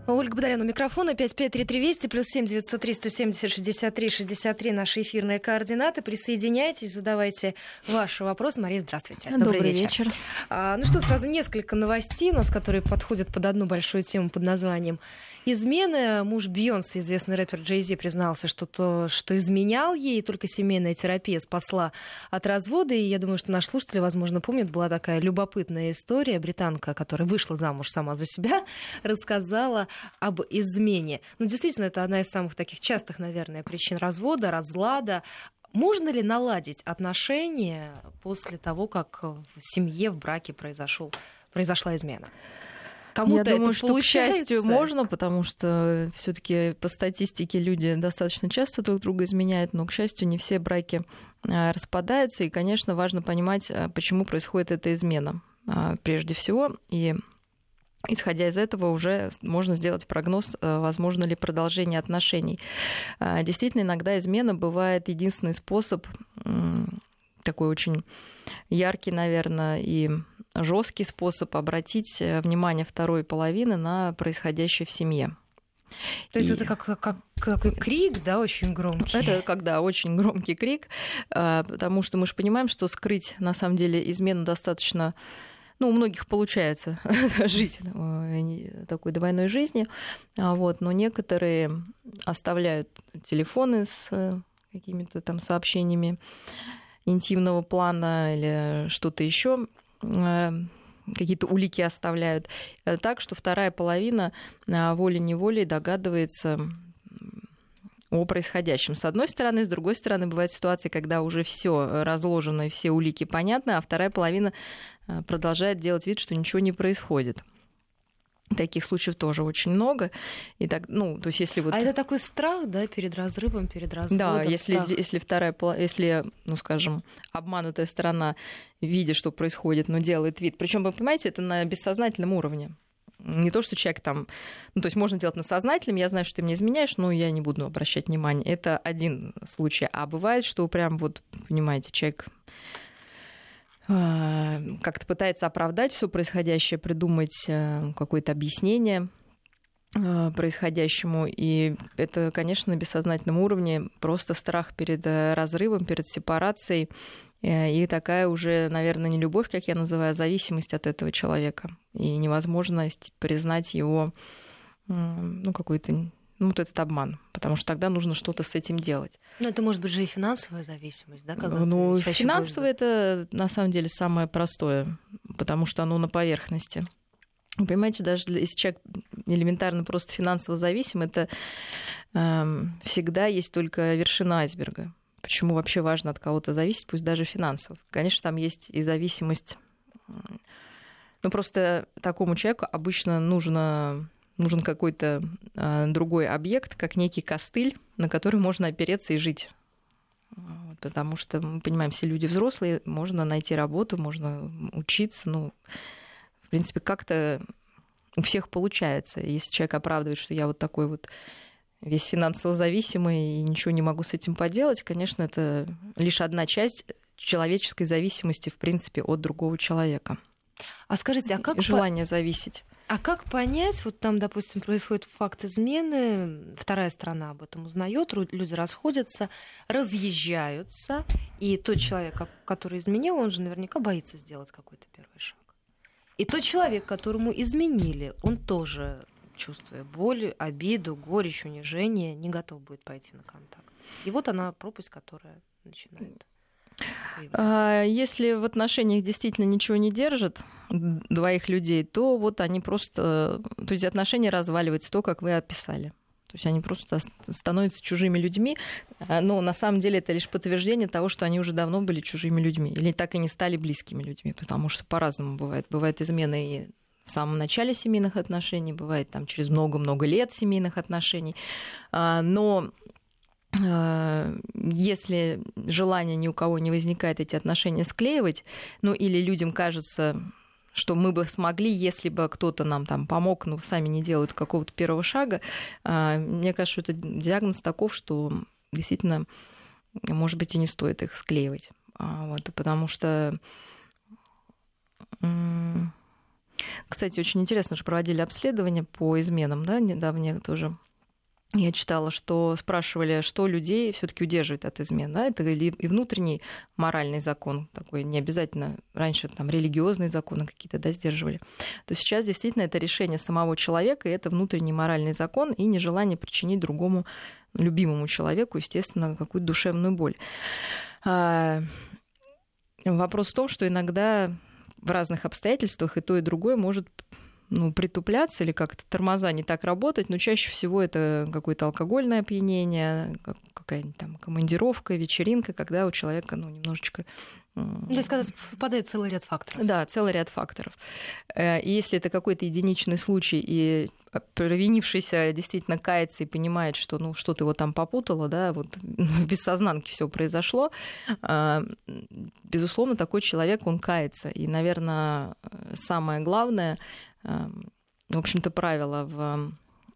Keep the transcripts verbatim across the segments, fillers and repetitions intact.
Ольга Бадарян у микрофона. пять пять три три Вести плюс семь девятьсот три сто семьдесят шестьдесят три шестьдесят три наши эфирные координаты. Присоединяйтесь, задавайте ваши вопросы. Мария, здравствуйте. Добрый, Добрый вечер. вечер. А, ну что, сразу несколько новостей у нас, которые подходят под одну большую тему под названием измены. Муж Бейонсе, известный рэпер Джей Зи, признался, что то, что изменял ей, и только семейная терапия спасла от развода. И я думаю, что наши слушатели, возможно, помнят, была такая любопытная история. Британка, которая вышла замуж сама за себя, рассказала об измене. Ну, действительно, это одна из самых таких частых, наверное, причин развода, разлада. Можно ли наладить отношения после того, как в семье, в браке произошел, произошла измена? Кому-то Я думаю, это что, к счастью, можно, потому что все-таки по статистике люди достаточно часто друг друга изменяют, но, к счастью, не все браки распадаются. И, конечно, важно понимать, почему происходит эта измена прежде всего. И исходя из этого, уже можно сделать прогноз, возможно ли продолжение отношений. Действительно, иногда измена бывает единственный способ, такой очень яркий, наверное, и жесткий способ обратить внимание второй половины на происходящее в семье. То есть и... это как, как, как крик, да, очень громкий? Это когда очень громкий крик, потому что мы же понимаем, что скрыть на самом деле измену достаточно... Ну, у многих получается жить такой двойной жизнью, вот, но некоторые оставляют телефоны с какими-то там сообщениями интимного плана или что-то еще, какие-то улики оставляют, так что вторая половина волей-неволей догадывается о происходящем. С одной стороны, с другой стороны, бывают ситуации, когда уже все разложено и все улики понятны, а вторая половина продолжает делать вид, что ничего не происходит. Таких случаев тоже очень много. И так, ну, то есть если вот... А это такой страх, да, перед разрывом, перед разводом? Да, если, если вторая, если, ну, скажем, обманутая сторона, видя, что происходит, но делает вид. Причем, вы понимаете, это на бессознательном уровне. Не то, что человек там... Ну, то есть можно делать на сознательном, я знаю, что ты мне изменяешь, но я не буду обращать внимания. Это один случай. А бывает, что прям вот, понимаете, человек как-то пытается оправдать все происходящее, придумать какое-то объяснение происходящему. И это, конечно, на бессознательном уровне просто страх перед разрывом, перед сепарацией. И такая уже, наверное, не любовь, как я называю, а зависимость от этого человека. И невозможность признать его, ну, какой-то... Ну, вот этот обман, потому что тогда нужно что-то с этим делать. Ну, это может быть же и финансовая зависимость, да? Ну, финансовая — это, на самом деле, самое простое, потому что оно на поверхности. Вы понимаете, даже если человек элементарно просто финансово зависим, это э, всегда есть только вершина айсберга. Почему вообще важно от кого-то зависеть, пусть даже финансово? Конечно, там есть и зависимость. Но просто такому человеку обычно нужно... нужен какой-то э, другой объект, как некий костыль, на который можно опереться и жить. Вот, потому что, мы понимаем, все люди взрослые, можно найти работу, можно учиться. Ну, в принципе, как-то у всех получается. Если человек оправдывает, что я вот такой вот весь финансово зависимый и ничего не могу с этим поделать, конечно, это лишь одна часть человеческой зависимости, в принципе, от другого человека. А скажите, а как... Желание по... зависеть. А как понять, вот там, допустим, происходит факт измены, вторая сторона об этом узнает, люди расходятся, разъезжаются, и тот человек, который изменил, он же наверняка боится сделать какой-то первый шаг. И тот человек, которому изменили, он тоже, чувствуя боль, обиду, горечь, унижение, не готов будет пойти на контакт. И вот она пропасть, которая начинает... Если в отношениях действительно ничего не держит двоих людей, то вот они просто... То есть отношения разваливаются, то, как вы описали. То есть они просто становятся чужими людьми, но на самом деле это лишь подтверждение того, что они уже давно были чужими людьми или так и не стали близкими людьми, потому что по-разному бывает. Бывает измена и в самом начале семейных отношений, бывает там через много-много лет семейных отношений, но... Если желания ни у кого не возникает эти отношения склеивать, ну или людям кажется, что мы бы смогли, если бы кто-то нам там помог, но сами не делают какого-то первого шага, мне кажется, что это диагноз таков, что действительно, может быть, и не стоит их склеивать. Вот, потому что Кстати, очень интересно, что проводили обследование по изменам, да, недавнее тоже. Я читала, что спрашивали, что людей все-таки удерживает от измен. Да? Это и внутренний моральный закон такой, не обязательно раньше там религиозные законы какие-то, да, сдерживали. То сейчас действительно это решение самого человека, и это внутренний моральный закон, и нежелание причинить другому любимому человеку, естественно, какую-то душевную боль. А... Вопрос в том, что иногда в разных обстоятельствах и то, и другое может, ну, притупляться или как-то тормоза не так работать, но чаще всего это какое-то алкогольное опьянение, какая-нибудь там командировка, вечеринка, когда у человека, ну, немножечко... То есть, когда совпадает целый ряд факторов. Да, целый ряд факторов. И если это какой-то единичный случай, и провинившийся действительно кается и понимает, что, ну, что-то его там попутало, да, вот в бессознанке все произошло, безусловно, такой человек, он кается. И, наверное, самое главное, в общем-то, правило в,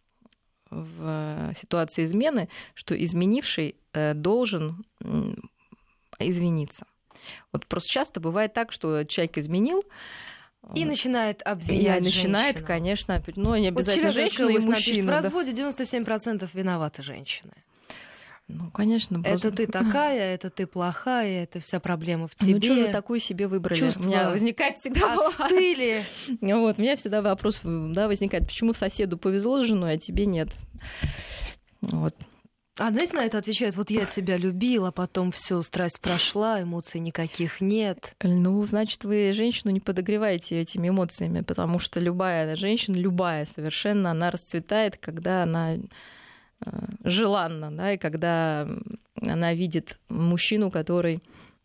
в ситуации измены, что изменивший должен извиниться. Вот просто часто бывает так, что человек изменил, и начинает обвинять и начинает, женщину. Конечно, но не обязательно вот женщина и мужчина. В разводе девяносто семь процентов виноваты женщины. Ну, конечно. Просто... Это ты такая, это ты плохая, это вся проблема в тебе. Ну, что же такую себе выбрали? Чувства у меня возникает всегда... остыли. Вот, у меня всегда вопрос, да, возникает, почему соседу повезло с женой, а тебе нет? Вот. А знаете, на это отвечает, вот я тебя любила, потом все, страсть прошла, эмоций никаких нет. Ну, значит, вы женщину не подогреваете этими эмоциями, потому что любая женщина, любая совершенно, она расцветает, когда она желанна, да, и когда она видит мужчину, который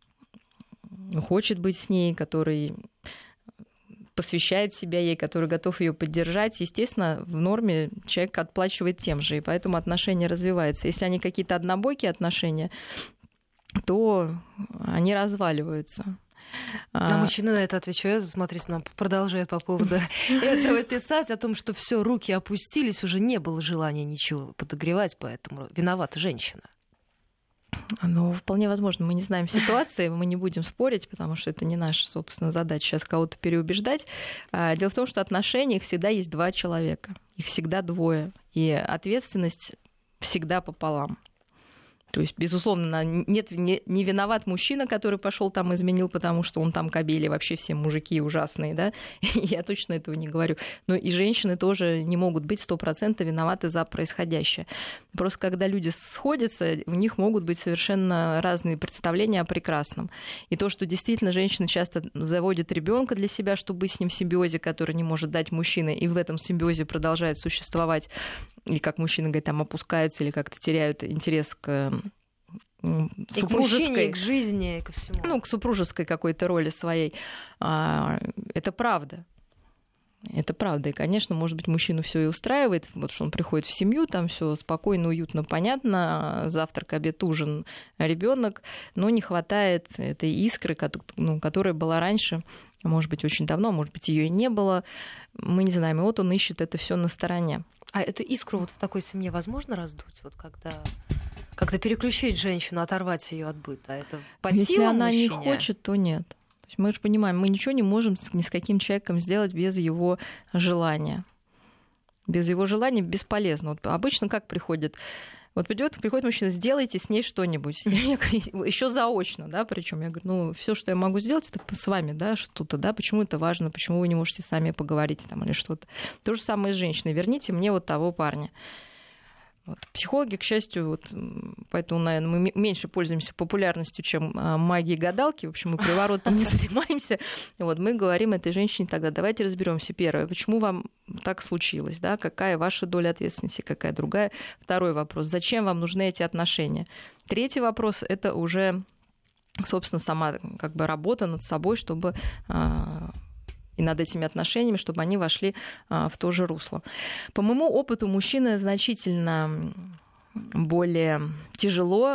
хочет быть с ней, который посвящает себя ей, который готов ее поддержать, естественно, в норме человек отплачивает тем же, и поэтому отношения развиваются. Если они какие-то однобокие отношения, то они разваливаются. А мужчины на это отвечают, смотрите, нам продолжают по поводу этого писать, о том, что все, руки опустились, уже не было желания ничего подогревать, поэтому виновата женщина. Ну, вполне возможно. Мы не знаем ситуации, мы не будем спорить, потому что это не наша, собственно, задача сейчас кого-то переубеждать. Дело в том, что отношения, их всегда есть два человека, их всегда двое, и ответственность всегда пополам. То есть, безусловно, нет, не, не виноват мужчина, который пошел там изменил, потому что он там кобели, вообще все мужики ужасные, да, я точно этого не говорю. Но и женщины тоже не могут быть сто процентов виноваты за происходящее. Просто когда люди сходятся, у них могут быть совершенно разные представления о прекрасном. И то, что действительно женщина часто заводит ребенка для себя, чтобы быть с ним в симбиозе, который не может дать мужчина, и в этом симбиозе продолжает существовать, и как мужчины, говорят, там опускаются или как-то теряют интерес к супружеской, и к мужчине, и к жизни, и ко всему. Ну, к супружеской какой-то роли своей. Это правда. Это правда. И, конечно, может быть, мужчину все и устраивает, вот что он приходит в семью, там все спокойно, уютно, понятно, завтрак, обед, ужин, ребенок, но не хватает этой искры, ну, которая была раньше, может быть, очень давно, может быть, ее и не было. Мы не знаем. И вот он ищет это все на стороне. А эту искру вот в такой семье возможно раздуть? Вот когда как-то переключить женщину, оторвать ее от быта? Это по силам Если она мужчине? Не хочет, то нет. То есть мы же понимаем, мы ничего не можем ни с каким человеком сделать без его желания. Без его желания бесполезно. Вот обычно как приходит? Вот придет, приходит мужчина, сделайте с ней что-нибудь. Еще заочно, да, причем я говорю, ну, все, что я могу сделать, это с вами, да, что-то, да, почему это важно, почему вы не можете сами поговорить там или что-то. То же самое с женщиной. Верните мне вот того парня. Вот. Психологи, к счастью, вот, поэтому, наверное, мы меньше пользуемся популярностью, чем магией гадалки. В общем, мы приворотом не занимаемся. Вот, мы говорим этой женщине тогда, давайте разберемся. Первое, почему вам так случилось? Да? Какая ваша доля ответственности, какая другая? Второй вопрос, зачем вам нужны эти отношения? Третий вопрос, это уже, собственно, сама как бы работа над собой, чтобы... и над этими отношениями, чтобы они вошли в то же русло. По моему опыту, мужчина значительно более тяжело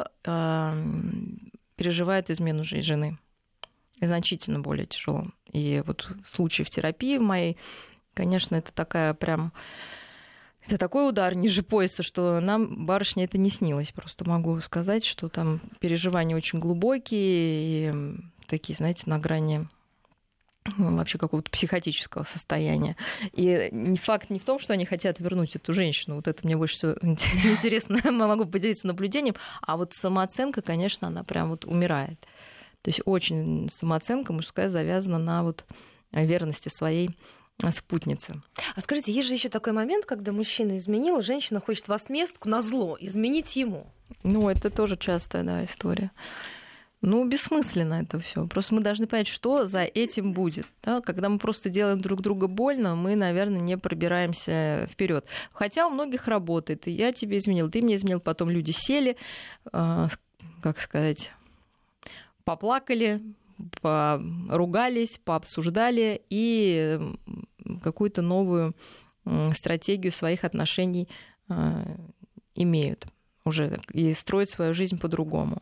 переживает измену жены. Значительно более тяжело. И вот случай в терапии в моей, конечно, это такая прям... Это такой удар ниже пояса, что нам, барышне, это не снилось. Просто могу сказать, что там переживания очень глубокие и такие, знаете, на грани... вообще какого-то психотического состояния. И не факт не в том, что они хотят вернуть эту женщину. Вот это мне больше всего интересно. Я могу поделиться наблюдением. А вот самооценка, конечно, она прям вот умирает. То есть очень самооценка мужская завязана на вот верности своей спутницы. А скажите, есть же еще такой момент, когда мужчина изменил, женщина хочет в отместку назло изменить ему. Ну, это тоже частая, да, история. Ну, бессмысленно это все. Просто мы должны понять, что за этим будет. Да? Когда мы просто делаем друг друга больно, мы, наверное, не пробираемся вперед. Хотя у многих работает. И я тебе изменил, ты мне изменил. Потом люди сели, э, как сказать, поплакали, поругались, пообсуждали и какую-то новую стратегию своих отношений э, имеют уже и строят свою жизнь по-другому.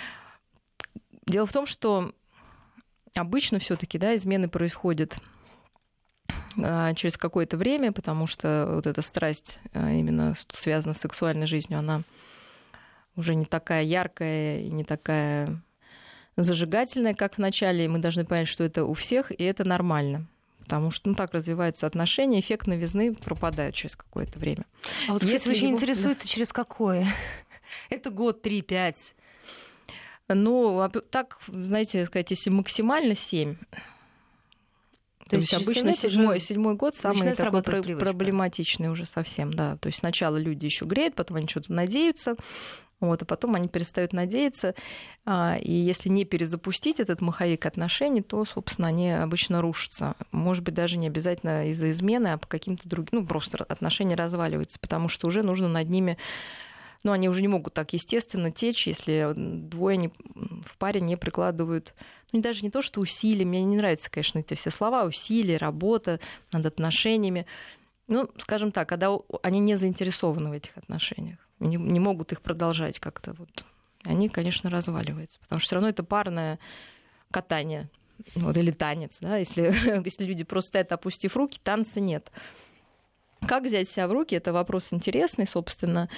Дело в том, что обычно все-таки, да, измены происходят а, через какое-то время, потому что вот эта страсть, а, именно связанная с сексуальной жизнью, она уже не такая яркая и не такая зажигательная, как в начале. И мы должны понять, что это у всех, и это нормально. Потому что ну, так развиваются отношения, эффект новизны пропадает через какое-то время. А вот, кстати, очень его... интересуется, через какое? Это год, три, пять... Ну, так, знаете, сказать, если максимально семь. То, То есть обычно седьмой, седьмой год самый такой проблематичный уже совсем, да. То есть сначала люди еще греют, потом они что-то надеются, вот, а потом они перестают надеяться. И если не перезапустить этот маховик отношений, то, собственно, они обычно рушатся. Может быть, даже не обязательно из-за измены, а по каким-то другим... Ну, просто отношения разваливаются, потому что уже нужно над ними... Но они уже не могут так естественно течь, если двое не, в паре не прикладывают, ну, даже не то, что усилия, мне не нравятся, конечно, эти все слова, усилия, работа над отношениями. Ну, скажем так, когда они не заинтересованы в этих отношениях, не, не могут их продолжать как-то, вот, они, конечно, разваливаются, потому что все равно это парное катание, вот, или танец, да, если, если люди просто стоят, опустив руки, танца нет. Как взять себя в руки, это вопрос интересный, собственно.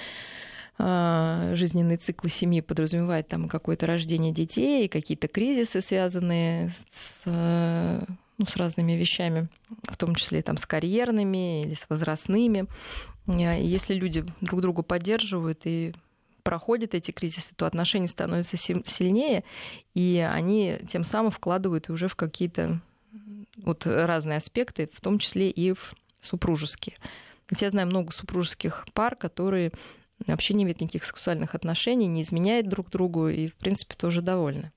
Жизненные циклы семьи подразумевают там какое-то рождение детей, какие-то кризисы, связанные с, ну, с разными вещами, в том числе там, с карьерными или с возрастными. И если люди друг друга поддерживают и проходят эти кризисы, то отношения становятся сильнее, и они тем самым вкладывают уже в какие-то вот разные аспекты, в том числе и в супружеские. Я знаю много супружеских пар, которые вообще не имеют никаких сексуальных отношений, не изменяют друг другу и, в принципе, тоже довольны.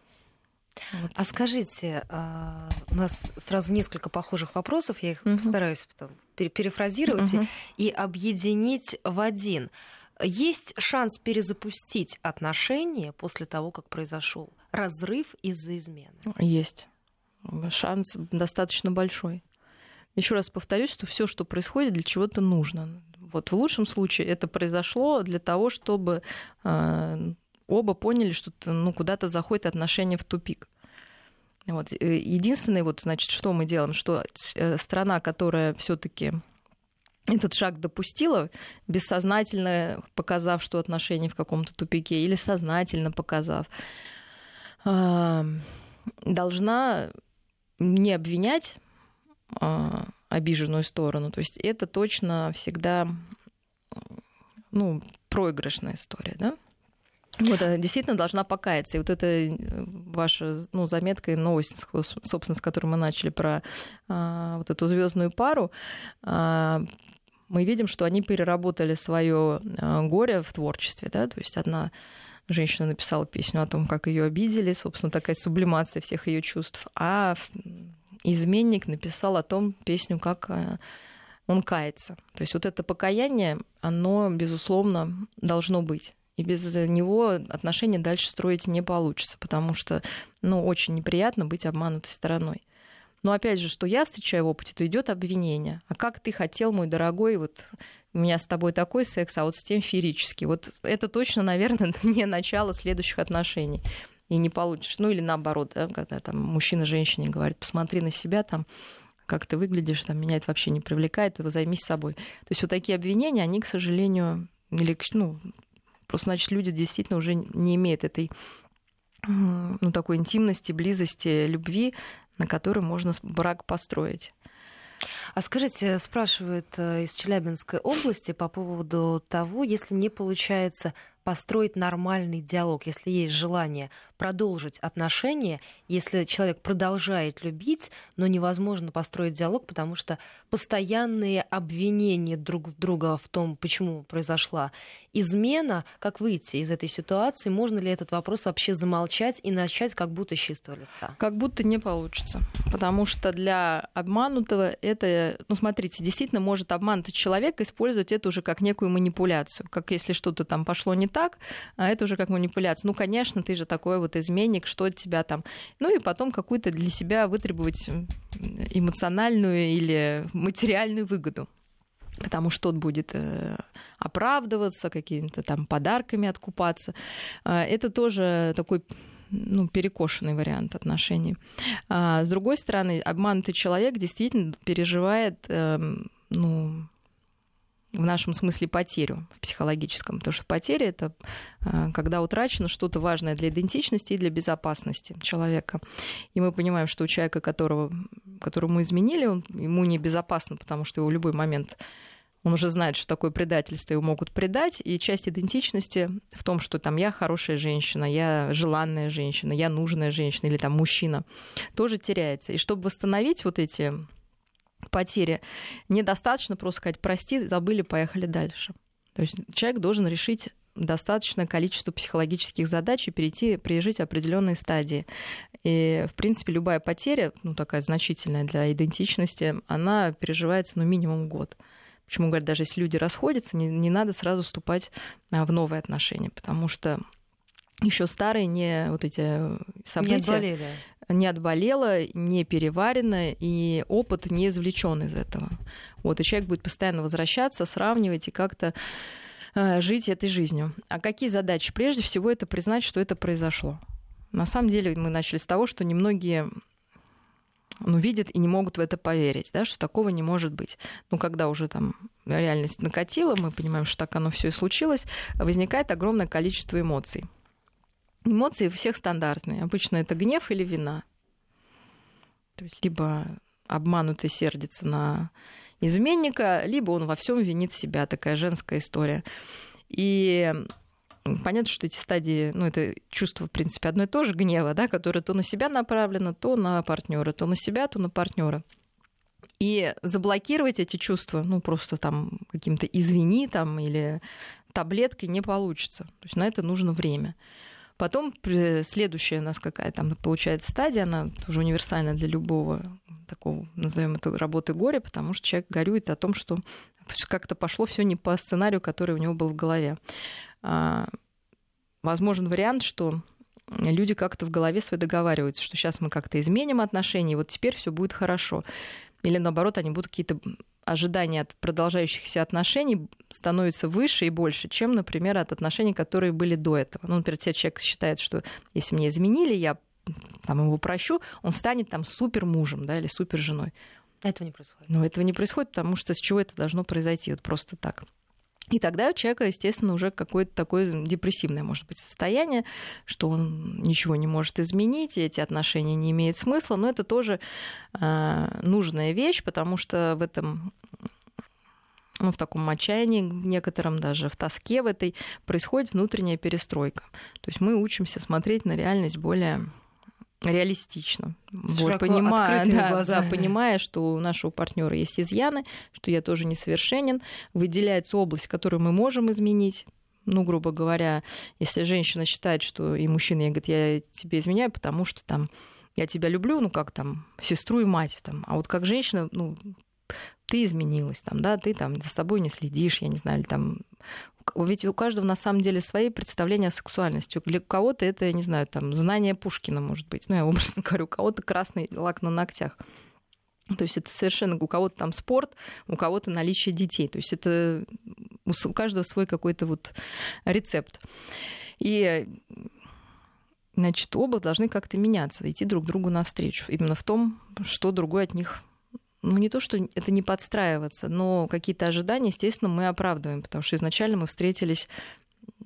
Вот. А скажите, у нас сразу несколько похожих вопросов, я их uh-huh. постараюсь потом перефразировать uh-huh. и объединить в один. Есть шанс перезапустить отношения после того, как произошел разрыв из-за измены? Есть. Шанс достаточно большой. Еще раз повторюсь, что все, что происходит, для чего-то нужно. Вот в лучшем случае это произошло для того, чтобы э, оба поняли, что ну, куда-то заходят отношения в тупик. Вот. Единственное, вот, значит, что мы делаем, что страна, которая все-таки этот шаг допустила, бессознательно показав, что отношения в каком-то тупике, или сознательно показав, э, должна не обвинять обиженную сторону. То есть это точно всегда ну, проигрышная история, да? Вот, действительно должна покаяться. И вот это ваша ну, заметка и новость, собственно, с которой мы начали про а, вот эту звездную пару, а, мы видим, что они переработали свое горе в творчестве, да? То есть одна женщина написала песню о том, как ее обидели, собственно, такая сублимация всех ее чувств, а изменник написал о том песню, как он кается. То есть вот это покаяние, оно, безусловно, должно быть. И без него отношения дальше строить не получится, потому что ну, очень неприятно быть обманутой стороной. Но опять же, что я встречаю в опыте, то идет обвинение. А как ты хотел, мой дорогой, вот у меня с тобой такой секс, а вот с тем феерический. Вот это точно, наверное, не начало следующих отношений. И не получишь. Ну или наоборот, да, когда там мужчина женщине говорит, посмотри на себя, там, как ты выглядишь, там, меня это вообще не привлекает, ты займись собой. То есть вот такие обвинения, они, к сожалению, или, ну, просто, значит, люди действительно уже не имеют этой ну, такой интимности, близости, любви, на который можно брак построить. А скажите, спрашивают из Челябинской области по поводу того, если не получается построить нормальный диалог, если есть желание продолжить отношения, если человек продолжает любить, но невозможно построить диалог, потому что постоянные обвинения друг друга в том, почему произошла измена, как выйти из этой ситуации, можно ли этот вопрос вообще замолчать и начать как будто с чистого листа? Как будто не получится, потому что для обманутого это, ну смотрите, действительно может обманутый человек использовать это уже как некую манипуляцию, как если что-то там пошло не так, а это уже как манипуляция. Ну, конечно, ты же такой вот изменник, что от тебя там. Ну и потом какую-то для себя вытребовать эмоциональную или материальную выгоду. Потому что тот будет оправдываться, какими-то там подарками откупаться. Это тоже такой, ну, перекошенный вариант отношений. А с другой стороны, обманутый человек действительно переживает, ну, в нашем смысле потерю в психологическом, потому что потеря — это когда утрачено что-то важное для идентичности и для безопасности человека. И мы понимаем, что у человека, которого, которому изменили, он, ему небезопасно, потому что его в любой момент он уже знает, что такое предательство, его могут предать, и часть идентичности в том, что там я хорошая женщина, я желанная женщина, я нужная женщина или там мужчина, тоже теряется. И чтобы восстановить вот эти потери, недостаточно просто сказать «прости, забыли, поехали дальше». То есть человек должен решить достаточное количество психологических задач и перейти, пережить определенные стадии. И, в принципе, любая потеря, ну, такая значительная для идентичности, она переживается, ну, минимум год. Почему говорят, даже если люди расходятся, не, не надо сразу вступать в новые отношения, потому что еще старые не вот эти события... Не отболели. Не отболело, не переварено, и опыт не извлечен из этого. Вот, и человек будет постоянно возвращаться, сравнивать и как-то э, жить этой жизнью. А какие задачи? Прежде всего, это признать, что это произошло. На самом деле, мы начали с того, что немногие, ну, видят и не могут в это поверить, да, что такого не может быть. Ну, когда уже там реальность накатила, мы понимаем, что так оно все и случилось, возникает огромное количество эмоций. Эмоции у всех стандартные. Обычно это гнев или вина. То есть либо обманутый сердится на изменника, либо он во всем винит себя. Такая женская история. И понятно, что эти стадии, ну, это чувство, в принципе, одно и то же, гнева, да, которое то на себя направлено, то на партнера, то на себя, то на партнера. И заблокировать эти чувства, ну, просто там каким-то извини там или таблеткой не получится. То есть на это нужно время. Потом следующая у нас какая там получается стадия, она тоже универсальна для любого такого, назовем это, работы горя, потому что человек горюет о том, что как-то пошло все не по сценарию, который у него был в голове. Возможен вариант, что люди как-то в голове своей договариваются, что сейчас мы как-то изменим отношения, и вот теперь все будет хорошо. Или наоборот, они будут какие-то ожидания от продолжающихся отношений становятся выше и больше, чем, например, от отношений, которые были до этого. Ну, например, если человек считает, что если мне изменили, я там, его прощу, он станет там супер мужем, да, или супер женой. Этого не происходит. Но этого не происходит, потому что с чего это должно произойти? Вот просто так. И тогда у человека, естественно, уже какое-то такое депрессивное, может быть, состояние, что он ничего не может изменить, и эти отношения не имеют смысла. Но это тоже э, нужная вещь, потому что в этом, ну, в таком отчаянии некотором, даже в тоске в этой, происходит внутренняя перестройка. То есть мы учимся смотреть на реальность более реалистично, вот, понимая, да, да, понимая, что у нашего партнера есть изъяны, что я тоже несовершенен, выделяется область, которую мы можем изменить. Ну, грубо говоря, если женщина считает, что и мужчина, я говорит, я тебе изменяю, потому что там я тебя люблю, ну как там сестру и мать, там, а вот как женщина, ну ты изменилась, там, да, ты там за собой не следишь, я не знаю, или там. Ведь у каждого на самом деле свои представления о сексуальности. Для кого-то это, я не знаю, там, знание Пушкина, может быть. Ну, я образно говорю, у кого-то красный лак на ногтях. То есть это совершенно у кого-то там спорт, у кого-то наличие детей. То есть это у каждого свой какой-то вот рецепт. И, значит, оба должны как-то меняться, идти друг другу навстречу. Именно в том, что другой от них. Ну, не то, что это не подстраиваться, но какие-то ожидания, естественно, мы оправдываем, потому что изначально мы встретились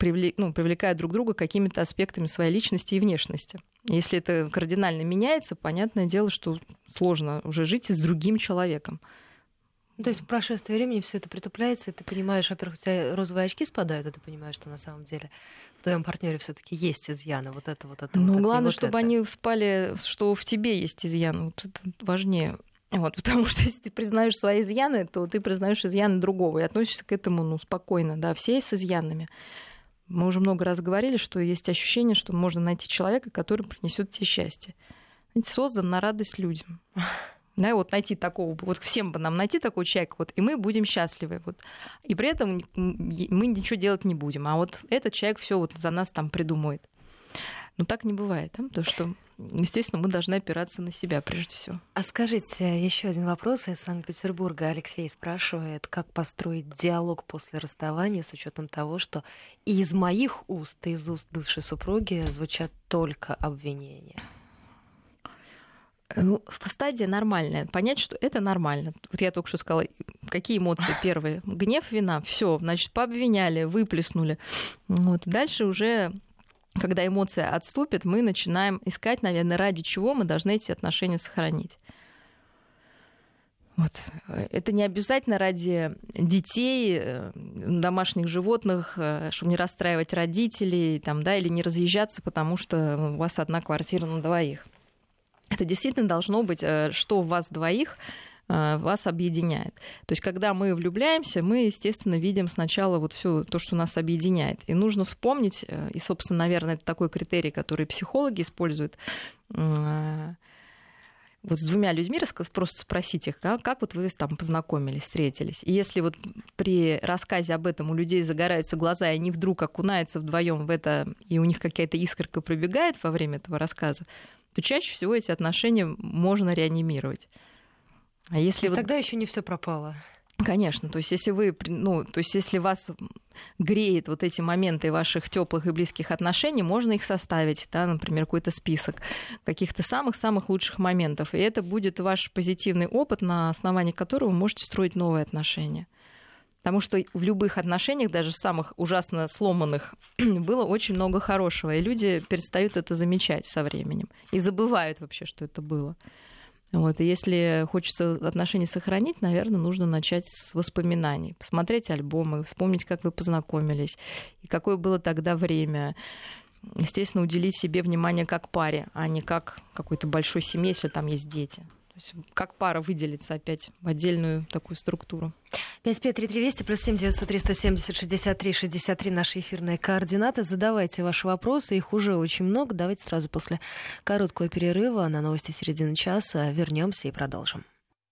привлек, ну, привлекают друг друга какими-то аспектами своей личности и внешности. Если это кардинально меняется, понятное дело, что сложно уже жить и с другим человеком. То есть в прошествии времени все это притупляется, и ты понимаешь, во-первых, у тебя розовые очки спадают, и ты понимаешь, что на самом деле в твоем партнере все-таки есть изъяны. Вот это, вот это. Ну, вот главное, это, чтобы вот они спали, что в тебе есть изъян. Вот это важнее. Вот, потому что если ты признаешь свои изъяны, то ты признаешь изъяны другого и относишься к этому ну, спокойно. Да, все с изъянами. Мы уже много раз говорили, что есть ощущение, что можно найти человека, который принесет тебе счастье. Ведь создан на радость людям. Да, и вот найти такого, вот всем бы нам найти такого человека, вот, и мы будем счастливы. Вот. И при этом мы ничего делать не будем. А вот этот человек все вот за нас там придумает. Но так не бывает, да? Потому что, естественно, мы должны опираться на себя прежде всего. А скажите, еще один вопрос из Санкт-Петербурга. Алексей спрашивает, как построить диалог после расставания с учетом того, что и из моих уст, и из уст бывшей супруги звучат только обвинения. Ну, стадия нормальная. Понять, что это нормально. Вот я только что сказала, какие эмоции первые. Гнев, вина. Все, значит, пообвиняли, выплеснули. Вот. Дальше уже, когда эмоции отступят, мы начинаем искать, наверное, ради чего мы должны эти отношения сохранить. Вот. Это не обязательно ради детей, домашних животных, чтобы не расстраивать родителей, там, да, или не разъезжаться, потому что у вас одна квартира на двоих. Это действительно должно быть, что вас двоих вас объединяет. То есть, когда мы влюбляемся, мы, естественно, видим сначала вот все то, что нас объединяет. И нужно вспомнить, и, собственно, наверное, это такой критерий, который психологи используют, вот с двумя людьми просто спросить их, как, как вот вы там познакомились, встретились. И если вот при рассказе об этом у людей загораются глаза, и они вдруг окунаются вдвоем в это, и у них какая-то искорка пробегает во время этого рассказа, то чаще всего эти отношения можно реанимировать. А если вот... тогда еще не все пропало. Конечно, то есть если вы, ну, то есть если вас греет вот эти моменты ваших теплых и близких отношений, можно их составить, да, например, какой-то список каких-то самых-самых лучших моментов, и это будет ваш позитивный опыт, на основании которого вы можете строить новые отношения. Потому что в любых отношениях, даже в самых ужасно сломанных, было очень много хорошего, и люди перестают это замечать со временем и забывают вообще, что это было. Вот. И если хочется отношения сохранить, наверное, нужно начать с воспоминаний, посмотреть альбомы, вспомнить, как вы познакомились, и какое было тогда время. Естественно, уделить себе внимание как паре, а не как какой-то большой семье, если там есть дети. То есть как пара выделиться опять в отдельную такую структуру. пять пять три три двести плюс семь девятьсот триста семьдесят шестьдесят три шестьдесят три наши эфирные координаты. Задавайте ваши вопросы, их уже очень много. Давайте сразу после короткого перерыва на новости середины часа вернемся и продолжим.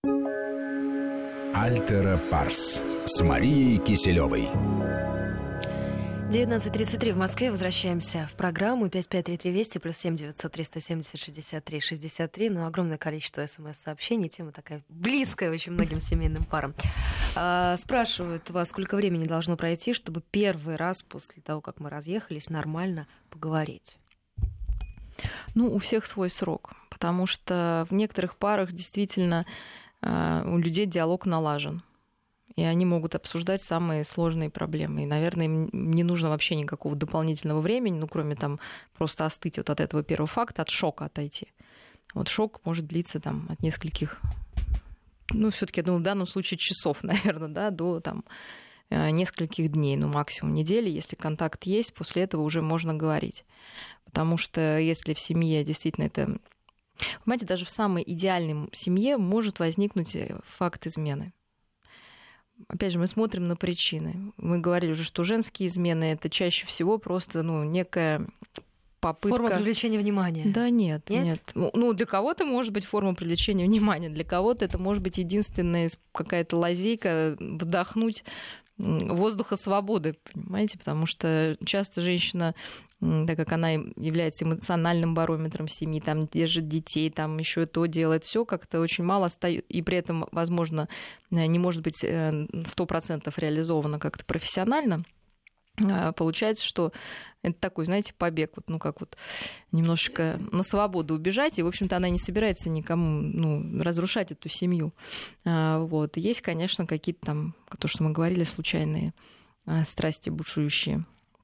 Альтера Парс с Марией Киселевой. девятнадцать тридцать три в Москве. Возвращаемся в программу. пять пять три три двести плюс семь девятьсот триста семьдесят шестьдесят три шестьдесят три. Ну, огромное количество смс-сообщений. Тема такая близкая очень многим семейным парам. А, спрашивают вас, сколько времени должно пройти, чтобы первый раз после того, как мы разъехались, нормально поговорить? Ну, у всех свой срок. Потому что в некоторых парах действительно у людей диалог налажен. И они могут обсуждать самые сложные проблемы. И, наверное, им не нужно вообще никакого дополнительного времени, ну, кроме там просто остыть вот от этого первого факта, от шока отойти. Вот шок может длиться там от нескольких, ну, все-таки, я думаю, в данном случае часов, наверное, да, до там нескольких дней, ну, максимум недели. Если контакт есть, после этого уже можно говорить. Потому что если в семье действительно это... Понимаете, даже в самой идеальной семье может возникнуть факт измены. Опять же, мы смотрим на причины. Мы говорили уже, что женские измены — это чаще всего просто ну, некая попытка... Форма привлечения внимания. Да нет, нет, нет. Ну, для кого-то может быть форма привлечения внимания, для кого-то это может быть единственная какая-то лазейка вдохнуть воздуха свободы, понимаете? Потому что часто женщина, так как она является эмоциональным барометром семьи, там держит детей, там еще то делает, все как-то очень мало остается, и при этом, возможно, не может быть сто процентов реализовано как-то профессионально. Получается, что это такой, знаете, побег, вот, ну как вот немножечко на свободу убежать, и, в общем-то, она не собирается никому ну, разрушать эту семью. Вот. Есть, конечно, какие-то там, то, что мы говорили, случайные страсти бушующие.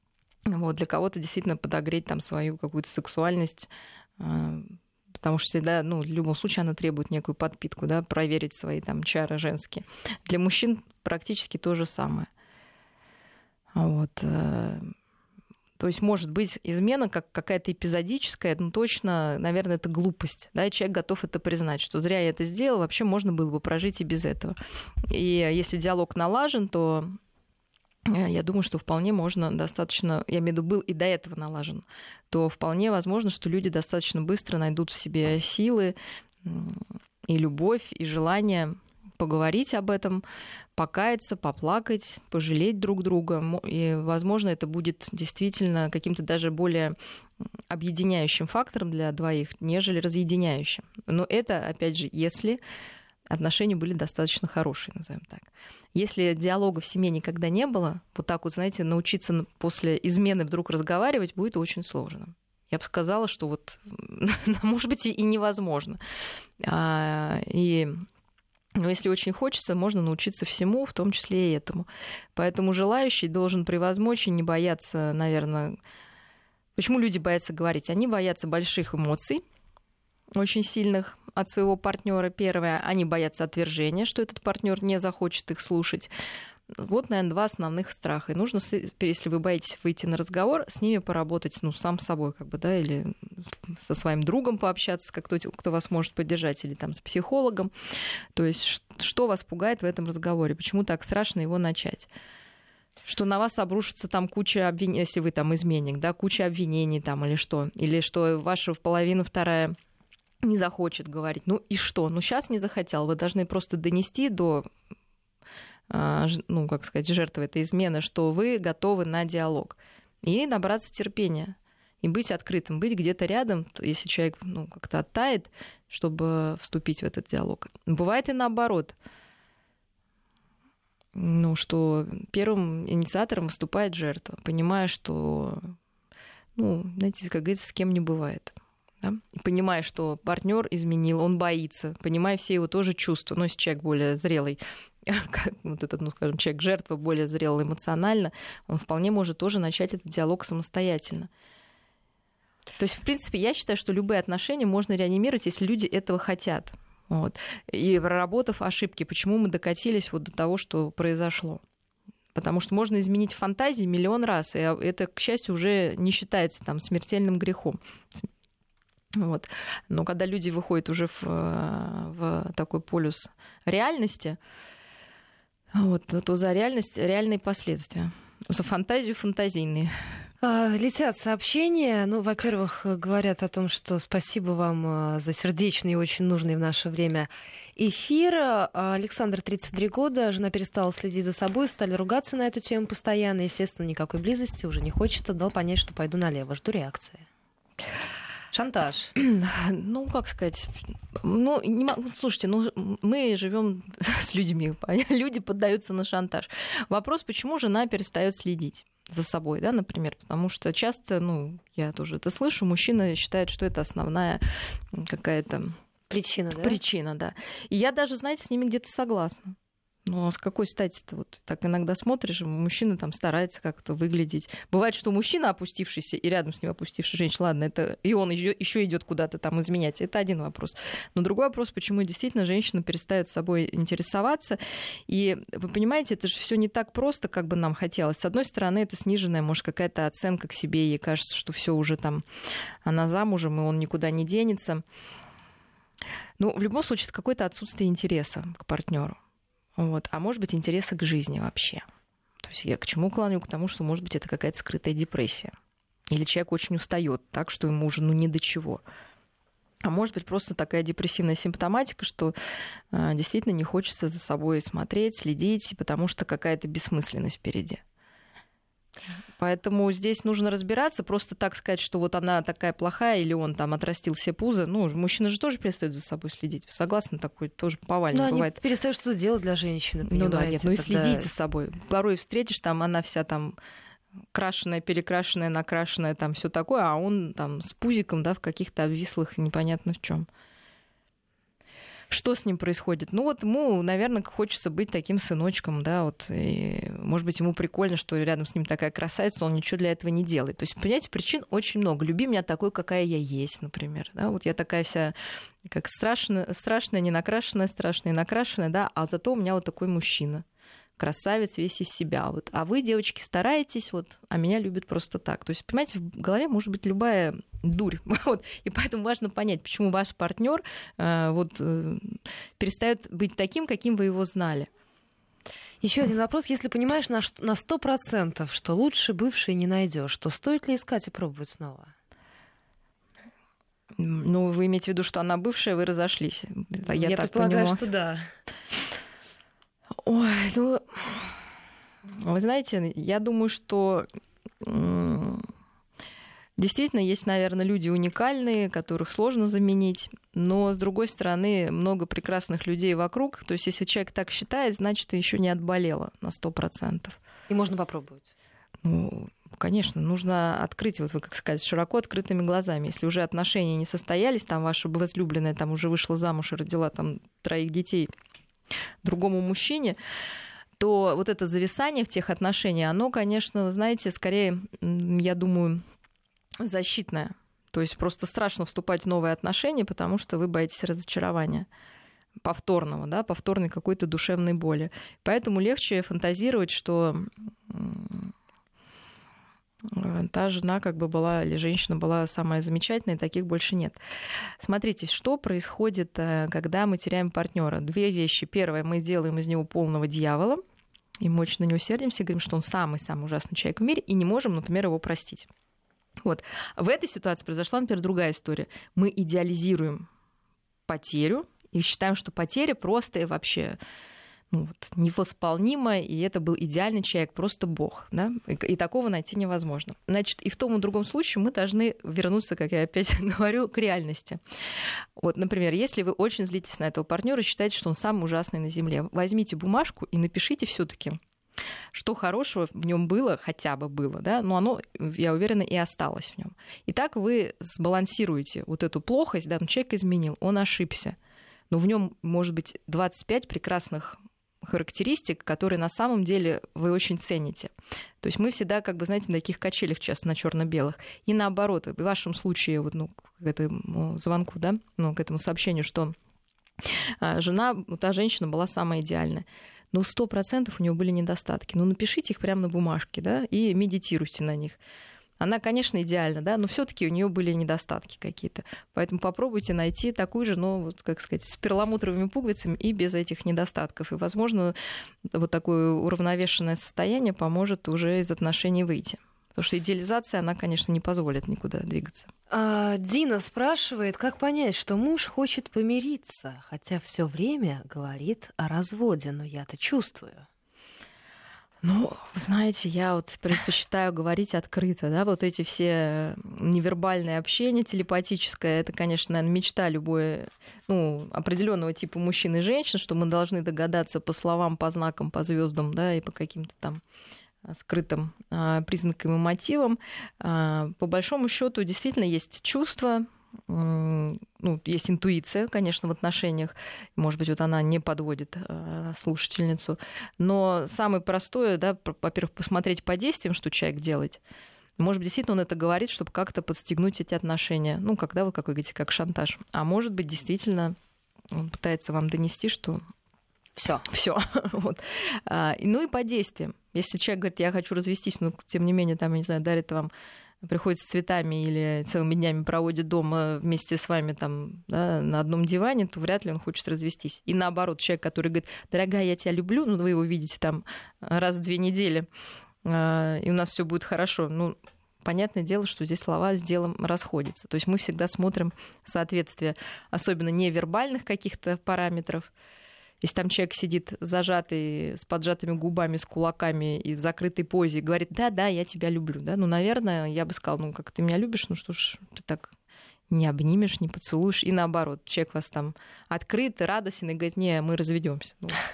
Вот, для кого-то действительно подогреть там свою какую-то сексуальность, потому что всегда, ну, в любом случае она требует некую подпитку, да, проверить свои там чары женские. Для мужчин практически то же самое. Вот. То есть, может быть, измена как какая-то эпизодическая, но точно, наверное, это глупость. Да, и человек готов это признать, что зря я это сделал, вообще можно было бы прожить и без этого. И если диалог налажен, то я думаю, что вполне можно достаточно, я имею в виду, был и до этого налажен, то вполне возможно, что люди достаточно быстро найдут в себе силы и любовь, и желание поговорить об этом, покаяться, поплакать, пожалеть друг друга. И, возможно, это будет действительно каким-то даже более объединяющим фактором для двоих, нежели разъединяющим. Но это, опять же, если отношения были достаточно хорошие, назовем так. Если диалога в семье никогда не было, вот так вот, знаете, научиться после измены вдруг разговаривать будет очень сложно. Я бы сказала, что вот, может быть, и невозможно. И... Но если очень хочется, можно научиться всему, в том числе и этому. Поэтому желающий должен превозмочь и не бояться, наверное... Почему люди боятся говорить? Они боятся больших эмоций, очень сильных от своего партнера. Первое, они боятся отвержения, что этот партнер не захочет их слушать. Вот, наверное, два основных страха. И нужно, если вы боитесь выйти на разговор, с ними поработать, ну, сам собой, как бы, да, или со своим другом пообщаться, как кто, кто вас может поддержать, или там с психологом. То есть, что вас пугает в этом разговоре? Почему так страшно его начать? Что на вас обрушится там куча обвинений, если вы там изменник, да, куча обвинений там или что? Или что ваша половина вторая не захочет говорить. Ну и что? Ну сейчас не захотел. Вы должны просто донести до... ну, как сказать, жертвы этой измены, что вы готовы на диалог. И набраться терпения. И быть открытым, быть где-то рядом, если человек, ну, как-то оттает, чтобы вступить в этот диалог. Бывает и наоборот. Ну, что первым инициатором выступает жертва, понимая, что, ну, знаете, как говорится, с кем не бывает. Да? И понимая, что партнер изменил, он боится, понимая все его тоже чувства. Но если человек более зрелый, как вот этот, ну, скажем, человек, жертва более зрелый эмоционально, он вполне может тоже начать этот диалог самостоятельно. То есть, в принципе, я считаю, что любые отношения можно реанимировать, если люди этого хотят. Вот. И проработав ошибки, почему мы докатились вот до того, что произошло. Потому что можно изменить фантазии миллион раз, и это, к счастью, уже не считается там смертельным грехом. Вот. Но когда люди выходят уже в, в такой полюс реальности, вот, то за реальность реальные последствия. За фантазию фантазийные. Летят сообщения. Ну, во-первых, говорят о том, что спасибо вам за сердечный и очень нужный в наше время эфир. Александр, тридцать три года, жена перестала следить за собой, стали ругаться на эту тему постоянно. Естественно, никакой близости уже не хочется. Дал понять, что пойду налево. Жду реакции. Шантаж. Ну, как сказать, ну, не могу, слушайте, ну, мы живем с людьми, люди поддаются на шантаж. Вопрос, почему жена перестает следить за собой, да, например, потому что часто, ну, я тоже это слышу, мужчина считает, что это основная какая-то причина, да? Причина, да. И я даже, знаете, с ними где-то согласна. Но с какой стати-то? Вот так иногда смотришь, мужчина там старается как-то выглядеть. Бывает, что мужчина опустившийся и рядом с ним опустившая женщина, ладно, это и он еще идет куда-то там изменять. Это один вопрос. Но другой вопрос, почему действительно женщина перестает собой интересоваться. И вы понимаете, это же все не так просто, как бы нам хотелось. С одной стороны, это сниженная, может, какая-то оценка к себе. Ей кажется, что все уже там, она замужем, и он никуда не денется. Но в любом случае, это какое-то отсутствие интереса к партнеру. Вот. А может быть, интереса к жизни вообще. То есть я к чему клоню? К тому, что, может быть, это какая-то скрытая депрессия. Или человек очень устает так, что ему уже ну, ни до чего. А может быть, просто такая депрессивная симптоматика, что э, действительно не хочется за собой смотреть, следить, потому что какая-то бессмысленность впереди. Поэтому здесь нужно разбираться, просто так сказать, что вот она такая плохая, или он там отрастил себе пузо. Ну, мужчина же тоже перестает за собой следить. Вы согласны, такое тоже повально ну, бывает. Они перестают что-то делать для женщины, понимаете? Ну да, нет, ну и тогда... следить за собой. Порой встретишь, там она вся там крашеная, перекрашенная, накрашенная, там все такое, а он там с пузиком, да, в каких-то обвислых, непонятно в чем. Что с ним происходит? Ну вот ему, наверное, хочется быть таким сыночком, да, вот, и, может быть, ему прикольно, что рядом с ним такая красавица, он ничего для этого не делает. То есть, понимаете, причин очень много. Люби меня такой, какая я есть, например, да, вот я такая вся, как страшная, страшная, не накрашенная, страшная, не накрашенная, да, а зато у меня вот такой мужчина. Красавец весь из себя. Вот. А вы, девочки, стараетесь, вот, а меня любят просто так. То есть, понимаете, в голове может быть любая дурь. Вот. И поэтому важно понять, почему ваш партнер э, вот, э, перестает быть таким, каким вы его знали. Еще один вопрос. Если понимаешь на сто процентов, что лучше бывшей не найдешь, то стоит ли искать и пробовать снова? Ну, вы имеете в виду, что она бывшая, вы разошлись? Я, Я так предполагаю, поняла. что да. Ой, ну, вы знаете, я думаю, что действительно есть, наверное, люди уникальные, которых сложно заменить, но, с другой стороны, много прекрасных людей вокруг. То есть, если человек так считает, значит, еще не отболела на сто процентов. И можно попробовать. Ну, конечно, нужно открыть, вот вы как сказать, широко открытыми глазами. Если уже отношения не состоялись, там ваша возлюбленная там уже вышла замуж и родила там троих детей другому мужчине, то вот это зависание в тех отношениях, оно, конечно, вы знаете, скорее, я думаю, защитное. То есть просто страшно вступать в новые отношения, потому что вы боитесь разочарования повторного, да, повторной какой-то душевной боли. Поэтому легче фантазировать, что та жена как бы была, или женщина была самая замечательная, и таких больше нет. Смотрите, что происходит, когда мы теряем партнера. Две вещи. Первое, мы делаем из него полного дьявола, и мы очень на него сердимся, и говорим, что он самый-самый ужасный человек в мире, и не можем, например, его простить. Вот. В этой ситуации произошла, например, другая история. Мы идеализируем потерю и считаем, что потеря просто и вообще... Ну, вот, невосполнимо, и это был идеальный человек, просто Бог, да? и, и такого найти невозможно. Значит, и в том и другом случае мы должны вернуться, как я опять говорю, к реальности. Вот, например, если вы очень злитесь на этого партнера и считаете, что он самый ужасный на земле, возьмите бумажку и напишите все-таки, что хорошего в нем было, хотя бы было, да, но оно, я уверена, и осталось в нем. И так вы сбалансируете вот эту плохость, да, ну, человек изменил, он ошибся, но в нем может быть двадцать пять прекрасных характеристик, которые на самом деле вы очень цените. То есть мы всегда, как бы, знаете, на таких качелях часто, на черно-белых. И наоборот, в вашем случае, вот, ну, к этому звонку, да, ну, к этому сообщению, что жена, та женщина была самая идеальная. Но сто процентов у нее были недостатки. Ну, напишите их прямо на бумажке, да, и медитируйте на них. Она, конечно, идеальна, да, но все-таки у нее были недостатки какие-то. Поэтому попробуйте найти такую же, но, вот, как сказать, с перламутровыми пуговицами и без этих недостатков. И, возможно, вот такое уравновешенное состояние поможет уже из отношений выйти. Потому что идеализация, она, конечно, не позволит никуда двигаться. А, Дина спрашивает, как понять, что муж хочет помириться, хотя все время говорит о разводе, но я-то чувствую. Ну, вы знаете, я вот предпочитаю говорить открыто, да, вот эти все невербальные общения, телепатическое, это, конечно, наверное, мечта любой, ну, определенного типа мужчин и женщин, что мы должны догадаться по словам, по знакам, по звездам, да, и по каким-то там скрытым а, признакам и мотивам. А, по большому счету, действительно есть чувства, ну, есть интуиция, конечно, в отношениях. Может быть, вот она не подводит э, слушательницу. Но самое простое, да, во-первых, посмотреть по действиям, что человек делает. Может быть, действительно он это говорит, чтобы как-то подстегнуть эти отношения. Ну, когда вы, как вы говорите, как шантаж. А может быть, действительно он пытается вам донести, что все, все. Вот. А, ну и по действиям. Если человек говорит, я хочу развестись, но тем не менее, там, я не знаю, дарит вам, приходит с цветами или целыми днями проводит дома вместе с вами там, да, на одном диване, то вряд ли он хочет развестись. И наоборот, человек, который говорит, дорогая, я тебя люблю, ну вы его видите там раз в две недели, и у нас все будет хорошо. Ну, понятное дело, что здесь слова с делом расходятся. То есть мы всегда смотрим соответствие, особенно невербальных каких-то параметров. Если там человек сидит зажатый, с поджатыми губами, с кулаками и в закрытой позе, и говорит, да-да, я тебя люблю, да, ну, наверное, я бы сказала, ну, как ты меня любишь, ну, что ж, ты так не обнимешь, не поцелуешь, и наоборот, человек вас там открыт, радостен, и говорит, не, мы разведемся.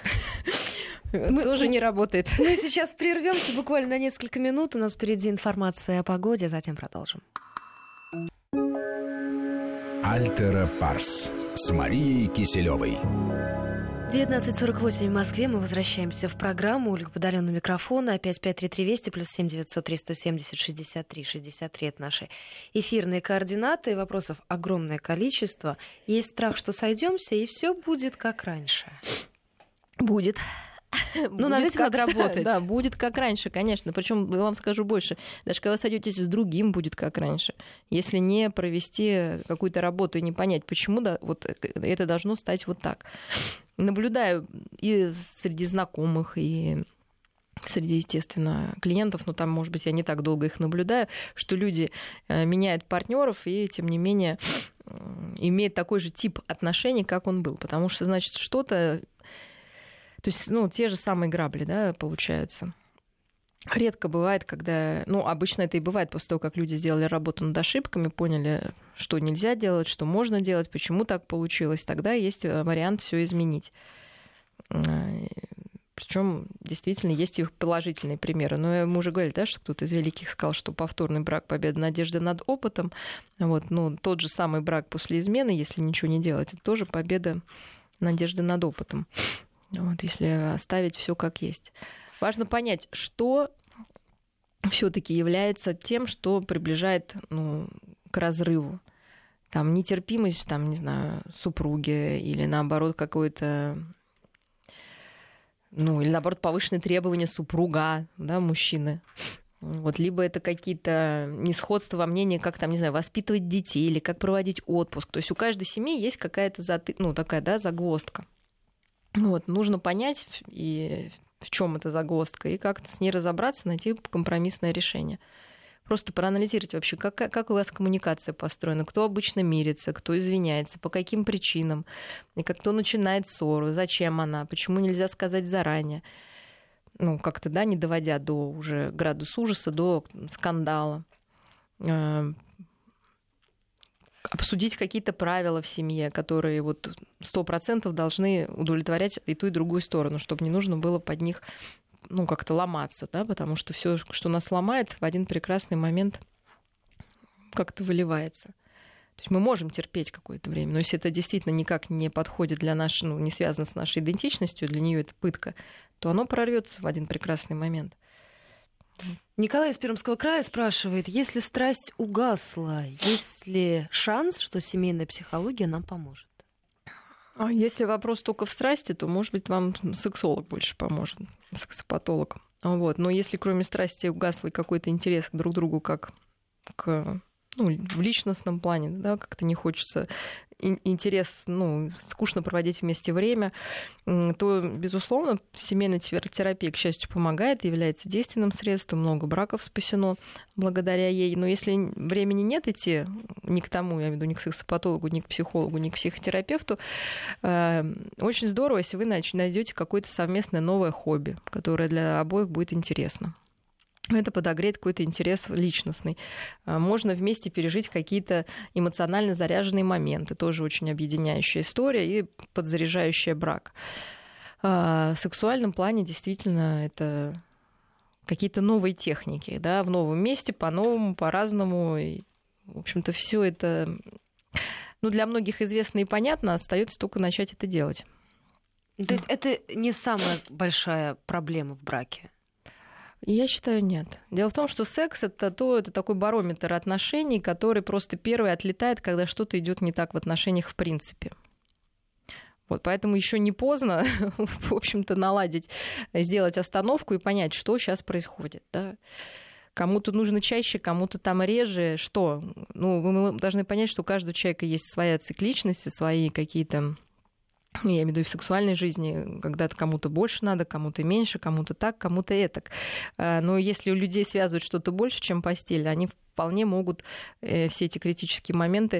Тоже не работает. Мы сейчас прервемся буквально на несколько минут, у нас впереди информация о погоде, затем продолжим. Альтера Парс с Марией Киселевой. девятнадцать сорок восемь в Москве. Мы возвращаемся в программу. Ольга Подолян у микрофона. Опять пять три три Вести плюс семь девятьсот три сто семьдесят шестьдесят три шестьдесят три. Это наши эфирные координаты. Вопросов огромное количество. Есть страх, что сойдемся, и все будет как раньше. Будет. Ну, над этим надо работать. Да, будет как раньше, конечно. Причем я вам скажу больше. Даже когда вы сойдетесь с другим, будет как раньше. Если не провести какую-то работу и не понять, почему да, вот это должно стать вот так. Наблюдаю и среди знакомых, и среди, естественно, клиентов, но там, может быть, я не так долго их наблюдаю, что люди меняют партнеров и, тем не менее, имеют такой же тип отношений, как он был. Потому что, значит, что-то... То есть, ну, те же самые грабли, да, получаются. Редко бывает, когда... Ну, обычно это и бывает после того, как люди сделали работу над ошибками, поняли, что нельзя делать, что можно делать, почему так получилось. Тогда есть вариант все изменить. Причем действительно есть и положительные примеры. Но мы уже говорили, да, что кто-то из великих сказал, что повторный брак — победа надежды над опытом. Вот, ну, тот же самый брак после измены, если ничего не делать, это тоже победа надежды над опытом. Вот, если оставить все как есть. Важно понять, что все-таки является тем, что приближает, ну, к разрыву. Там нетерпимость, там, не знаю, супруги, или наоборот какое-то, ну, или наоборот повышенные требования супруга, да, мужчины. Вот, либо это какие-то несходства во мнении, как там, не знаю, воспитывать детей или как проводить отпуск. То есть у каждой семьи есть какая-то заты... ну, такая, да, загвоздка. Вот, нужно понять, и в чем эта загвоздка, и как-то с ней разобраться, найти компромиссное решение. Просто проанализировать вообще, как, как у вас коммуникация построена, кто обычно мирится, кто извиняется, по каким причинам, и как кто начинает ссору, зачем она, почему нельзя сказать заранее. Ну, как-то, да, не доводя до уже градуса ужаса, до скандала. Обсудить какие-то правила в семье, которые вот сто процентов должны удовлетворять и ту, и другую сторону, чтобы не нужно было под них, ну, как-то ломаться, да, потому что все, что нас ломает, в один прекрасный момент как-то выливается. То есть мы можем терпеть какое-то время, но если это действительно никак не подходит для нашей, ну, не связано с нашей идентичностью, для нее это пытка, то оно прорвется в один прекрасный момент. Николай из Пермского края спрашивает, если страсть угасла, есть ли шанс, что семейная психология нам поможет? А если вопрос только в страсти, то, может быть, вам сексолог больше поможет, сексопатолог. Вот. Но если кроме страсти угасл какой-то интерес друг к другу, как к, ну, в личностном плане, да, как-то не хочется интерес, ну, скучно проводить вместе время, то, безусловно, семейная терапия, к счастью, помогает, является действенным средством, много браков спасено благодаря ей. Но если времени нет идти ни к тому, я имею в виду, ни к сексопатологу, ни к психологу, ни к психотерапевту, очень здорово, если вы найдете какое-то совместное новое хобби, которое для обоих будет интересно. Это подогреет какой-то интерес личностный. Можно вместе пережить какие-то эмоционально заряженные моменты. Тоже очень объединяющая история и подзаряжающая брак. В сексуальном плане действительно это какие-то новые техники. Да? В новом месте, по-новому, по-разному. И, в общем-то, все это, ну, для многих известно и понятно, остается только начать это делать. То есть это не самая большая проблема в браке? Я считаю, нет. Дело в том, что секс это то, это такой барометр отношений, который просто первый отлетает, когда что-то идет не так в отношениях в принципе. Вот, поэтому еще не поздно, в общем-то, наладить, сделать остановку и понять, что сейчас происходит. Да? Кому-то нужно чаще, кому-то там реже. Что? Ну, мы должны понять, что у каждого человека есть своя цикличность, свои какие-то... Я имею в виду и в сексуальной жизни, когда-то кому-то больше надо, кому-то меньше, кому-то так, кому-то этак. Но если у людей связывают что-то больше, чем постель, они вполне могут все эти критические моменты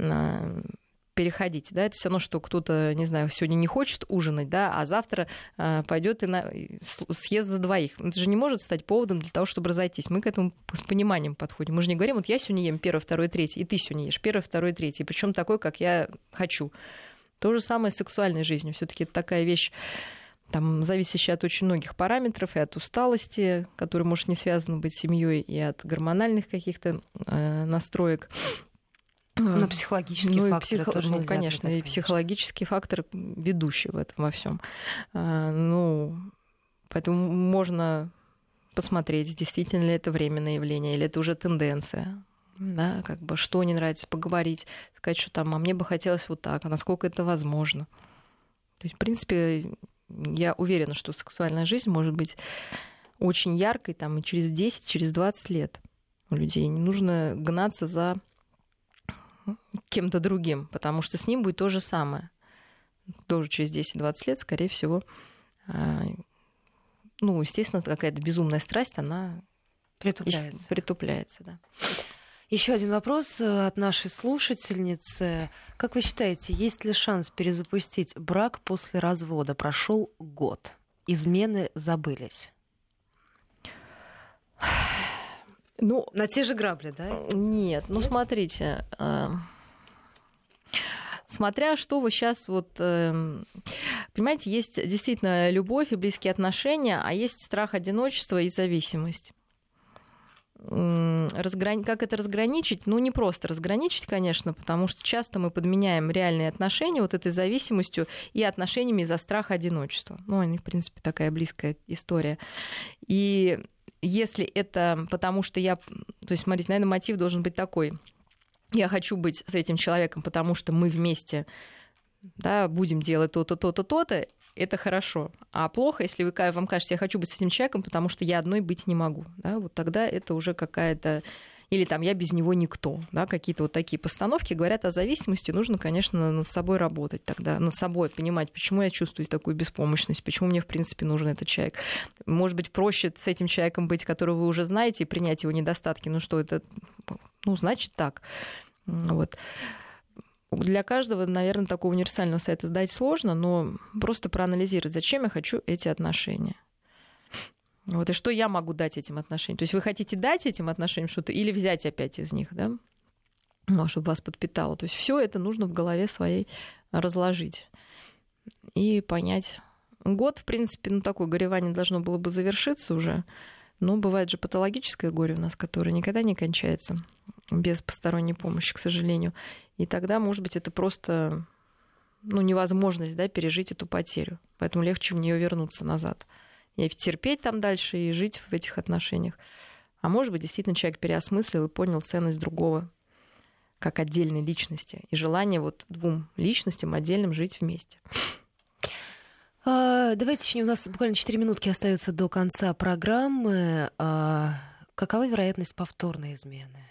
переходить. Да? Это все равно, что кто-то, не знаю, сегодня не хочет ужинать, да, а завтра пойдет и на... съест за двоих. Это же не может стать поводом для того, чтобы разойтись. Мы к этому с пониманием подходим. Мы же не говорим, вот я сегодня ем первое, второе, третье, и ты сегодня ешь первое, второе, третье, причем такой, как я хочу. То же самое с сексуальной жизнью. Все-таки это такая вещь, там, зависящая от очень многих параметров, и от усталости, которая может не связана быть с семьей, и от гормональных каких-то э, настроек. Ну, психологический ну, фактор. Психо... тоже ну, конечно, отметать, и психологический фактор ведущий в этом во всем. Ну, поэтому можно посмотреть, действительно ли это временное явление, или это уже тенденция. Да, как бы, что не нравится, поговорить, сказать, что там, а мне бы хотелось вот так, а насколько это возможно. То есть, в принципе, я уверена, что сексуальная жизнь может быть очень яркой там, и через десять, через двадцать лет у людей. Не нужно гнаться за кем-то другим, потому что с ним будет то же самое. Тоже через десять-двадцать лет, скорее всего, ну, естественно, какая-то безумная страсть, она притупляется. притупляется, да. Еще один вопрос от нашей слушательницы. Как вы считаете, есть ли шанс перезапустить брак после развода? Прошел год. Измены забылись. Ну, на те же грабли, да? Нет, ну смотрите, смотря что вы сейчас вот, понимаете, есть действительно любовь и близкие отношения, а есть страх одиночества и зависимость. Разграни... Как это разграничить? Ну, не просто разграничить, конечно, потому что часто мы подменяем реальные отношения вот этой зависимостью и отношениями из-за страха одиночества. Ну, они, в принципе, такая близкая история. И если это потому что я... То есть, смотрите, наверное, мотив должен быть такой. Я хочу быть с этим человеком, потому что мы вместе, да, будем делать то-то, то-то, то-то. Это хорошо. А плохо, если вы, вам кажется, я хочу быть с этим человеком, потому что я одной быть не могу. Да, вот тогда это уже какая-то... Или там я без него никто. Да, какие-то вот такие постановки говорят о зависимости. Нужно, конечно, над собой работать тогда. Над собой понимать, почему я чувствую такую беспомощность, почему мне, в принципе, нужен этот человек. Может быть, проще с этим человеком быть, которого вы уже знаете, и принять его недостатки. Ну что, это... Ну, значит так. Вот. Для каждого, наверное, такого универсального совета дать сложно, но просто проанализировать, зачем я хочу эти отношения. Вот, и что я могу дать этим отношениям. То есть вы хотите дать этим отношениям что-то или взять опять из них, да? Ну, чтобы вас подпитало. То есть все это нужно в голове своей разложить и понять. Год, в принципе, ну, такое горевание должно было бы завершиться уже. Но бывает же патологическое горе у нас, которое никогда не кончается без посторонней помощи, к сожалению. И тогда, может быть, это просто ну, невозможность, да, пережить эту потерю. Поэтому легче в нее вернуться назад. И терпеть там дальше и жить в этих отношениях. А может быть, действительно человек переосмыслил и понял ценность другого как отдельной личности. И желание вот двум личностям отдельным жить вместе. Давайте еще, у нас буквально четыре минутки остается до конца программы. Какова вероятность повторной измены?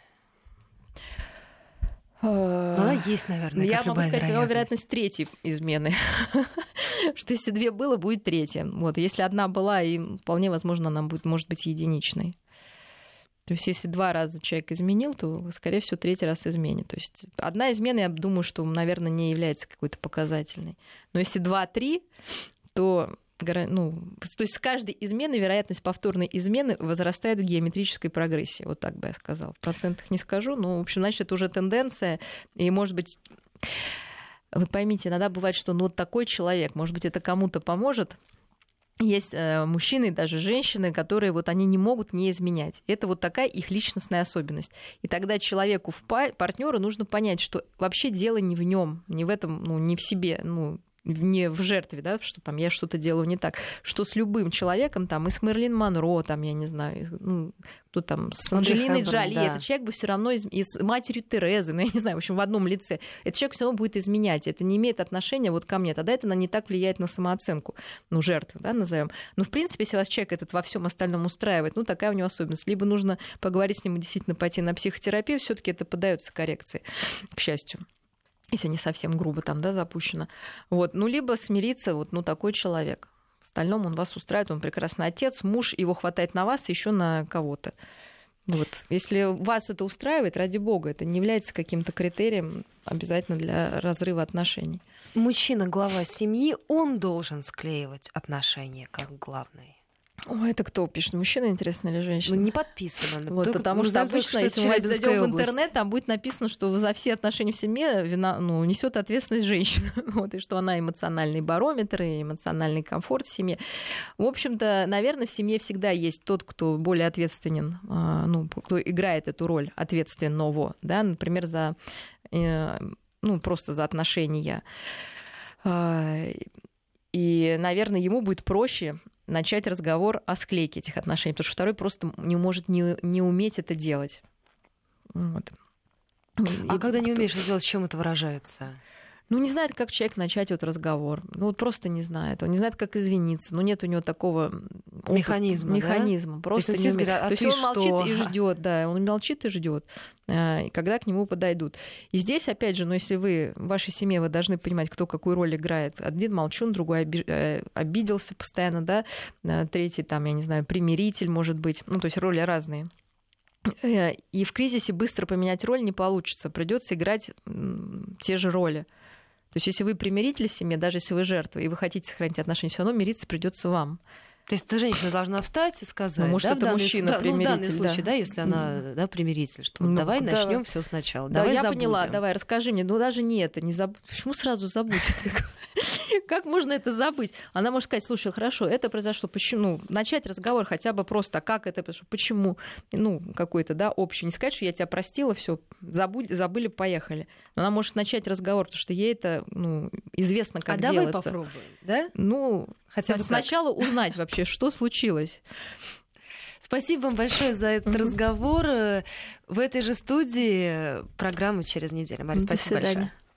Ну, она есть, наверное. Я как могу сказать, вероятность. какова вероятность третьей измены. Что если две было, будет третья. Вот. Если одна была, и вполне возможно, она будет, может быть единичной. То есть если два раза человек изменил, то, скорее всего, третий раз изменит. То есть одна измена, я думаю, что, наверное, не является какой-то показательной. Но если два-три, то, ну, то есть с каждой изменой вероятность повторной измены возрастает в геометрической прогрессии. Вот так бы я сказала. В процентах не скажу, но, в общем, значит, это уже тенденция. И, может быть, вы поймите, иногда бывает, что ну, вот такой человек, может быть, это кому-то поможет. Есть э, мужчины и даже женщины, которые вот они не могут не изменять. Это вот такая их личностная особенность. И тогда человеку, в пар... партнеру нужно понять, что вообще дело не в нем, не в этом, ну, не в себе, ну, не в жертве, да, что там я что-то делаю не так, что с любым человеком, там, и с Мэрилин Монро, там, я не знаю, ну, кто там, с Анджелиной Джоли, да. Этот человек бы все равно, и с матерью Терезы, ну, я не знаю, в общем, в одном лице, этот человек все равно будет изменять, это не имеет отношения вот ко мне, тогда это не так влияет на самооценку, ну, жертвы, да, назовем. Но, в принципе, если вас человек этот во всем остальном устраивает, ну, такая у него особенность. Либо нужно поговорить с ним и действительно пойти на психотерапию, все таки это поддается коррекции, к счастью. Если не совсем грубо там, да, запущено. Вот. Ну, либо смириться, вот, ну, такой человек. В остальном он вас устраивает, он прекрасный отец, муж, его хватает на вас и еще на кого-то. Вот. Если вас это устраивает, ради бога, это не является каким-то критерием обязательно для разрыва отношений. Мужчина, глава семьи, он должен склеивать отношения как главный. Ой, это кто пишет? Мужчина, интересно, или женщина? Ну, не подписано. Вот, Только потому что обычно, если мы зайдем в интернет, там будет написано, что за все отношения в семье вина, ну, несет ответственность женщина. Вот, и что она эмоциональный барометр и эмоциональный комфорт в семье. В общем-то, наверное, в семье всегда есть тот, кто более ответственен, ну, кто играет эту роль ответственного, да, например, за, ну, просто за отношения. И, наверное, ему будет проще начать разговор о склейке этих отношений, потому что второй просто не может не, не уметь это делать. Вот. А И когда не кто... умеешь это делать, в чем это выражается? Ну, не знает, как человек начать вот разговор. Ну, вот просто не знает. Он не знает, как извиниться. Ну, нет у него такого опыта, механизма. Механизма. Да? Просто То не есть, умеет. говорят, а То есть ты он что? молчит и ждет, да, он молчит и ждет, когда к нему подойдут. И здесь, опять же, ну, если вы в вашей семье, вы должны понимать, кто какую роль играет. Один молчун, другой обиделся постоянно, да, третий, там, я не знаю, примиритель, может быть. Ну, то есть роли разные. И в кризисе быстро поменять роль не получится. Придется играть те же роли. То есть, если вы примиритель в семье, даже если вы жертва, и вы хотите сохранить отношения, все равно мириться придется вам. То есть, эта женщина должна встать и сказать, ну, может, да, это данный, мужчина да, примиритель, ну, в данном случае, да. да, если она, да, примиритель, что ну, давай да, начнем все сначала. Да, давай я забудем. поняла, давай, расскажи мне. Ну, даже не это, не забудь. Почему сразу забудь? Как можно это забыть? Она может сказать, слушай, хорошо, это произошло, почему? Начать разговор хотя бы просто, как это произошло, почему? Ну, какой-то, да, общий. Не сказать, что я тебя простила, все, забыли, поехали. Но она может начать разговор, потому что ей это, ну, известно, как а делается. А давай попробуем, да? Ну, хотя бы сначала так. Узнать вообще, что случилось. Спасибо вам большое за этот mm-hmm. разговор. В этой же студии программу через неделю. Мария, спасибо большое.